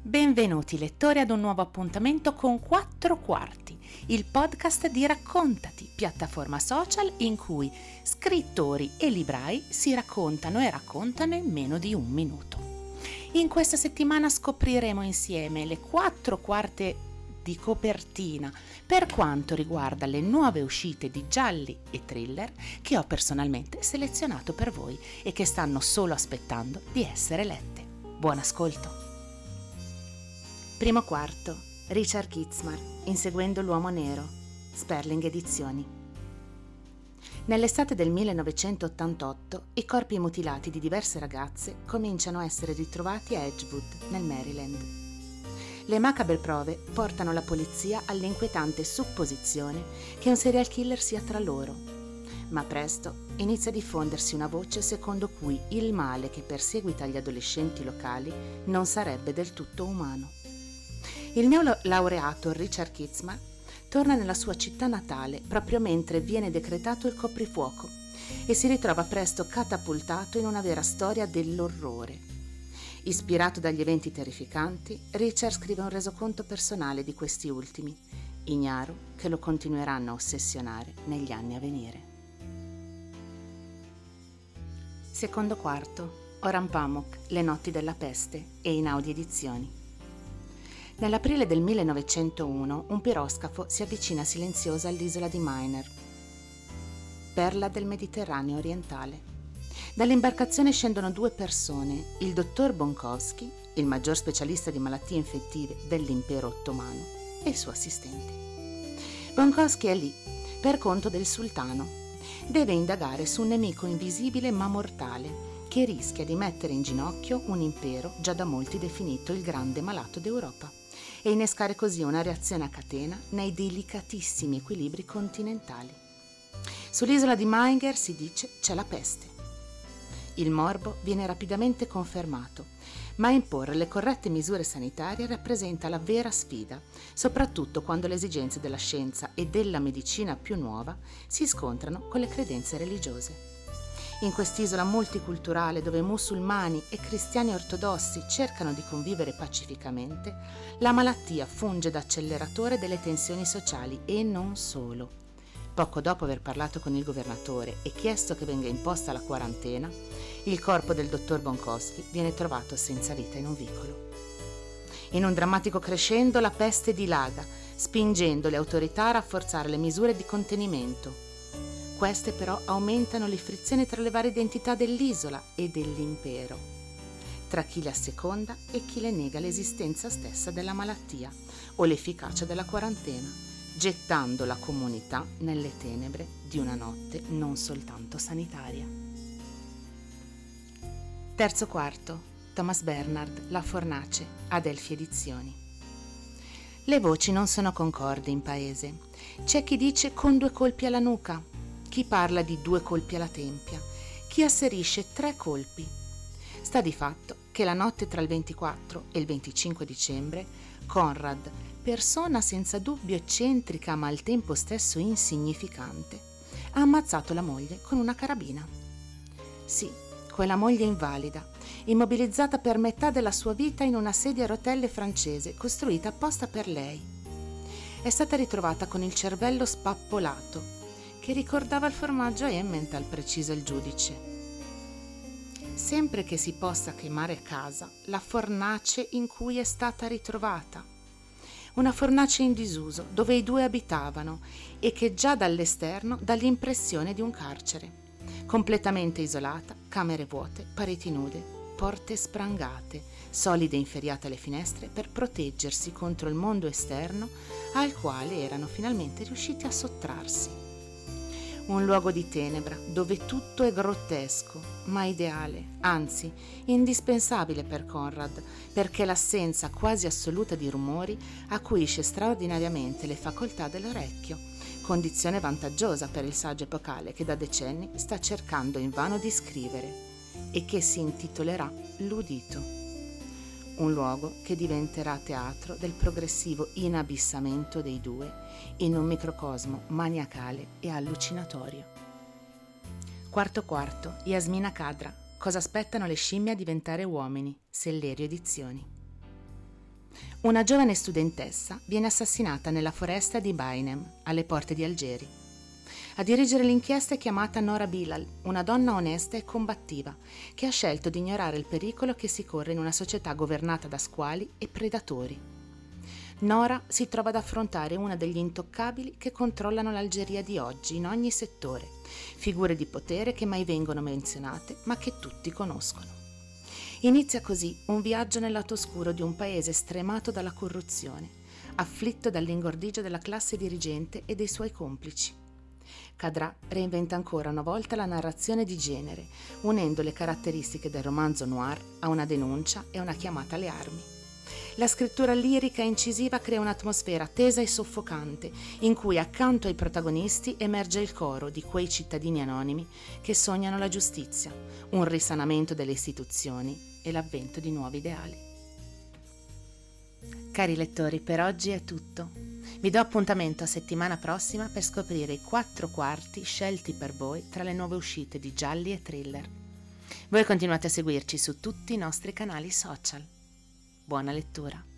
Benvenuti lettori ad un nuovo appuntamento con 4 quarti, il podcast di Raccontati, piattaforma social in cui scrittori e librai si raccontano e raccontano in meno di un minuto. In questa settimana scopriremo insieme le 4 quarte di copertina per quanto riguarda le nuove uscite di gialli e thriller che ho personalmente selezionato per voi e che stanno solo aspettando di essere lette. Buon ascolto! Primo quarto, Richard Kitzmar, Inseguendo l'uomo nero, Sperling Edizioni. Nell'estate del 1988 i corpi mutilati di diverse ragazze cominciano a essere ritrovati a Edgewood, nel Maryland. Le macabre prove portano la polizia all'inquietante supposizione che un serial killer sia tra loro, ma presto inizia a diffondersi una voce secondo cui il male che perseguita gli adolescenti locali non sarebbe del tutto umano. Il neolaureato Richard Kitzmar torna nella sua città natale proprio mentre viene decretato il coprifuoco e si ritrova presto catapultato in una vera storia dell'orrore. Ispirato dagli eventi terrificanti, Richard scrive un resoconto personale di questi ultimi, ignaro che lo continueranno a ossessionare negli anni a venire. Secondo quarto, Oran Pamuk, Le notti della peste e Einaudi Edizioni. Nell'aprile del 1901 un piroscafo si avvicina silenziosa all'isola di Miner, perla del Mediterraneo orientale. Dall'imbarcazione scendono 2 persone, il dottor Bonkowski, il maggior specialista di malattie infettive dell'impero ottomano, e il suo assistente. Bonkowski è lì per conto del sultano. Deve indagare su un nemico invisibile ma mortale che rischia di mettere in ginocchio un impero già da molti definito il grande malato d'Europa e innescare così una reazione a catena nei delicatissimi equilibri continentali. Sull'isola di Mainger si dice c'è la peste. Il morbo viene rapidamente confermato, ma imporre le corrette misure sanitarie rappresenta la vera sfida, soprattutto quando le esigenze della scienza e della medicina più nuova si scontrano con le credenze religiose. In quest'isola multiculturale dove musulmani e cristiani ortodossi cercano di convivere pacificamente, la malattia funge da acceleratore delle tensioni sociali e non solo. Poco dopo aver parlato con il governatore e chiesto che venga imposta la quarantena, il corpo del dottor Bonkowski viene trovato senza vita in un vicolo. In un drammatico crescendo la peste dilaga, spingendo le autorità a rafforzare le misure di contenimento. Queste però aumentano le frizioni tra le varie identità dell'isola e dell'impero, tra chi le asseconda e chi le nega l'esistenza stessa della malattia o l'efficacia della quarantena, gettando la comunità nelle tenebre di una notte non soltanto sanitaria. Terzo quarto, Thomas Bernhard, La fornace, Adelphi Edizioni. Le voci non sono concordi in paese. C'è chi dice con 2 colpi alla nuca, chi parla di 2 colpi alla tempia, chi asserisce 3 colpi. Sta di fatto che la notte tra il 24 e il 25 dicembre, Conrad, persona senza dubbio eccentrica ma al tempo stesso insignificante, ha ammazzato la moglie con una carabina. Sì, quella moglie invalida, immobilizzata per metà della sua vita in una sedia a rotelle francese costruita apposta per lei. È stata ritrovata con il cervello spappolato, che ricordava il formaggio Emmental, precisa il giudice. Sempre che si possa chiamare casa la fornace in cui è stata ritrovata. Una fornace in disuso, dove i 2 abitavano e che già dall'esterno dà l'impressione di un carcere. Completamente isolata, camere vuote, pareti nude, porte sprangate, solide inferiate alle finestre per proteggersi contro il mondo esterno al quale erano finalmente riusciti a sottrarsi. Un luogo di tenebra dove tutto è grottesco, ma ideale, anzi indispensabile per Conrad, perché l'assenza quasi assoluta di rumori acuisce straordinariamente le facoltà dell'orecchio, condizione vantaggiosa per il saggio epocale che da decenni sta cercando invano di scrivere e che si intitolerà L'udito. Un luogo che diventerà teatro del progressivo inabissamento dei 2 in un microcosmo maniacale e allucinatorio. Quarto quarto, Yasmina Khadra, Cosa aspettano le scimmie a diventare uomini, Sellerio Edizioni. Una giovane studentessa viene assassinata nella foresta di Bainem, alle porte di Algeri. A dirigere l'inchiesta è chiamata Nora Bilal, una donna onesta e combattiva, che ha scelto di ignorare il pericolo che si corre in una società governata da squali e predatori. Nora si trova ad affrontare una degli intoccabili che controllano l'Algeria di oggi in ogni settore, figure di potere che mai vengono menzionate ma che tutti conoscono. Inizia così un viaggio nel lato oscuro di un paese stremato dalla corruzione, afflitto dall'ingordigia della classe dirigente e dei suoi complici. Cadrà reinventa ancora una volta la narrazione di genere, unendo le caratteristiche del romanzo noir a una denuncia e una chiamata alle armi. La scrittura lirica e incisiva crea un'atmosfera tesa e soffocante, in cui accanto ai protagonisti emerge il coro di quei cittadini anonimi che sognano la giustizia, un risanamento delle istituzioni e l'avvento di nuovi ideali. Cari lettori, per oggi è tutto. Vi do appuntamento a settimana prossima per scoprire i 4 quarti scelti per voi tra le nuove uscite di gialli e thriller. Voi continuate a seguirci su tutti i nostri canali social. Buona lettura!